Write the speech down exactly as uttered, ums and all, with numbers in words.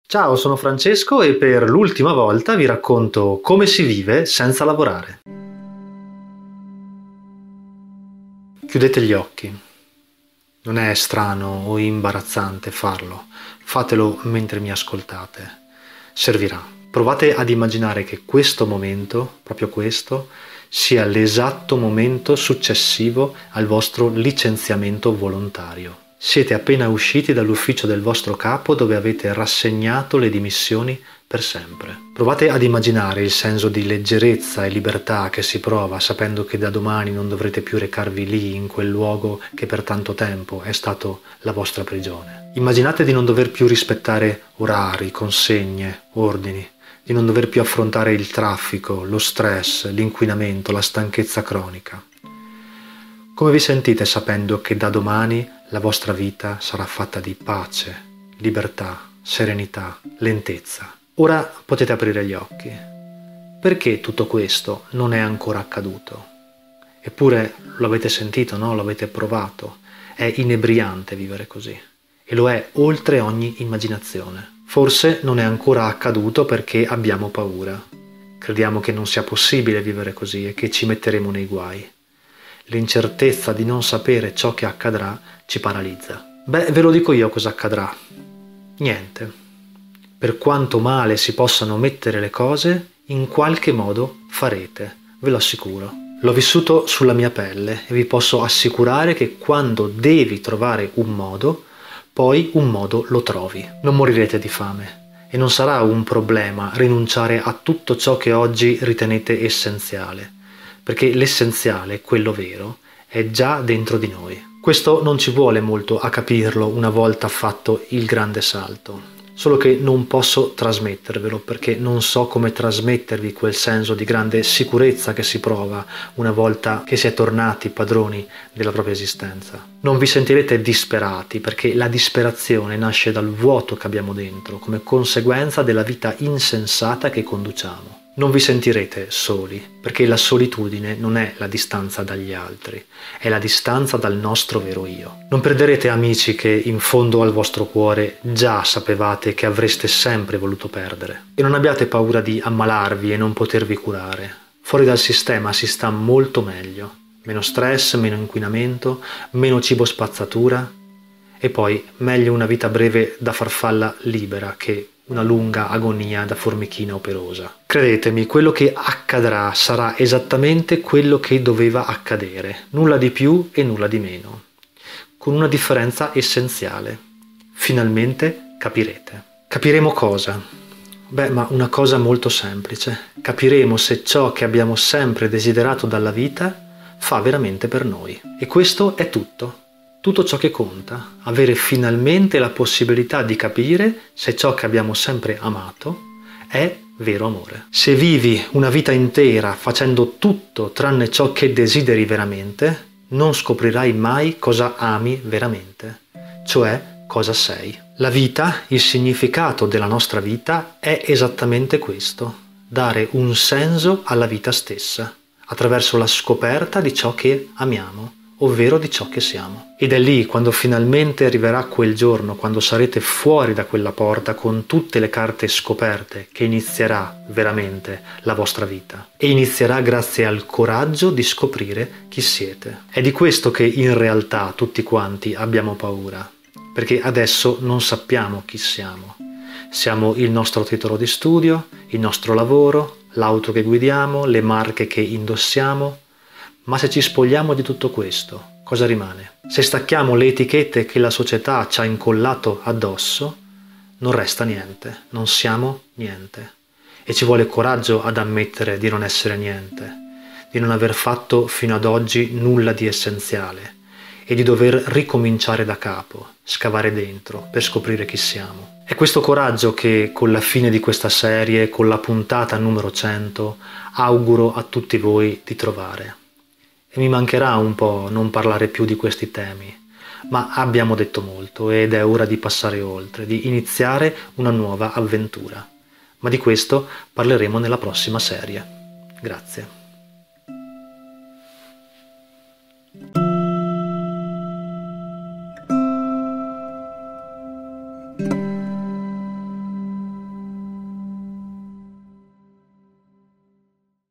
Ciao, sono Francesco e per l'ultima volta vi racconto come si vive senza lavorare. Chiudete gli occhi. Non è strano o imbarazzante farlo. Fatelo mentre mi ascoltate. Servirà. Provate ad immaginare che questo momento, proprio questo, sia l'esatto momento successivo al vostro licenziamento volontario. Siete appena usciti dall'ufficio del vostro capo dove avete rassegnato le dimissioni per sempre. Provate ad immaginare il senso di leggerezza e libertà che si prova sapendo che da domani non dovrete più recarvi lì, in quel luogo che per tanto tempo è stato la vostra prigione. Immaginate di non dover più rispettare orari, consegne, ordini, di non dover più affrontare il traffico, lo stress, l'inquinamento, la stanchezza cronica. Come vi sentite sapendo che da domani la vostra vita sarà fatta di pace, libertà, serenità, lentezza? Ora potete aprire gli occhi. Perché tutto questo non è ancora accaduto? Eppure lo avete sentito, no? Lo avete provato. È inebriante vivere così. E lo è oltre ogni immaginazione. Forse non è ancora accaduto perché abbiamo paura. Crediamo che non sia possibile vivere così e che ci metteremo nei guai. L'incertezza di non sapere ciò che accadrà ci paralizza. Beh, ve lo dico io cosa accadrà. Niente. Per quanto male si possano mettere le cose, in qualche modo farete, ve lo assicuro. L'ho vissuto sulla mia pelle e vi posso assicurare che quando devi trovare un modo, poi un modo lo trovi. Non morirete di fame e non sarà un problema rinunciare a tutto ciò che oggi ritenete essenziale. Perché l'essenziale, quello vero, è già dentro di noi. Questo non ci vuole molto a capirlo una volta fatto il grande salto, solo che non posso trasmettervelo perché non so come trasmettervi quel senso di grande sicurezza che si prova una volta che si è tornati padroni della propria esistenza. Non vi sentirete disperati perché la disperazione nasce dal vuoto che abbiamo dentro come conseguenza della vita insensata che conduciamo. Non vi sentirete soli, perché la solitudine non è la distanza dagli altri, è la distanza dal nostro vero io. Non perderete amici che in fondo al vostro cuore già sapevate che avreste sempre voluto perdere. E non abbiate paura di ammalarvi e non potervi curare. Fuori dal sistema si sta molto meglio. Meno stress, meno inquinamento, meno cibo spazzatura. E poi meglio una vita breve da farfalla libera che una lunga agonia da formichina operosa. Credetemi, quello che accadrà sarà esattamente quello che doveva accadere, nulla di più e nulla di meno, con una differenza essenziale. Finalmente capirete. Capiremo cosa? Beh, ma una cosa molto semplice. Capiremo se ciò che abbiamo sempre desiderato dalla vita fa veramente per noi. E questo è tutto. Tutto ciò che conta, avere finalmente la possibilità di capire se ciò che abbiamo sempre amato è vero amore. Se vivi una vita intera facendo tutto tranne ciò che desideri veramente, non scoprirai mai cosa ami veramente, cioè cosa sei. La vita, il significato della nostra vita è esattamente questo, dare un senso alla vita stessa, attraverso la scoperta di ciò che amiamo, ovvero di ciò che siamo. Ed è lì, quando finalmente arriverà quel giorno, quando sarete fuori da quella porta con tutte le carte scoperte, che inizierà veramente la vostra vita. E inizierà grazie al coraggio di scoprire chi siete. È di questo che in realtà tutti quanti abbiamo paura, perché adesso non sappiamo chi siamo. Siamo il nostro titolo di studio, il nostro lavoro, l'auto che guidiamo, le marche che indossiamo. Ma se ci spogliamo di tutto questo, cosa rimane? Se stacchiamo le etichette che la società ci ha incollato addosso, non resta niente, non siamo niente. E ci vuole coraggio ad ammettere di non essere niente, di non aver fatto fino ad oggi nulla di essenziale e di dover ricominciare da capo, scavare dentro per scoprire chi siamo. È questo coraggio che con la fine di questa serie, con la puntata numero cento, auguro a tutti voi di trovare. E mi mancherà un po' non parlare più di questi temi, ma abbiamo detto molto ed è ora di passare oltre, di iniziare una nuova avventura. Ma di questo parleremo nella prossima serie. Grazie.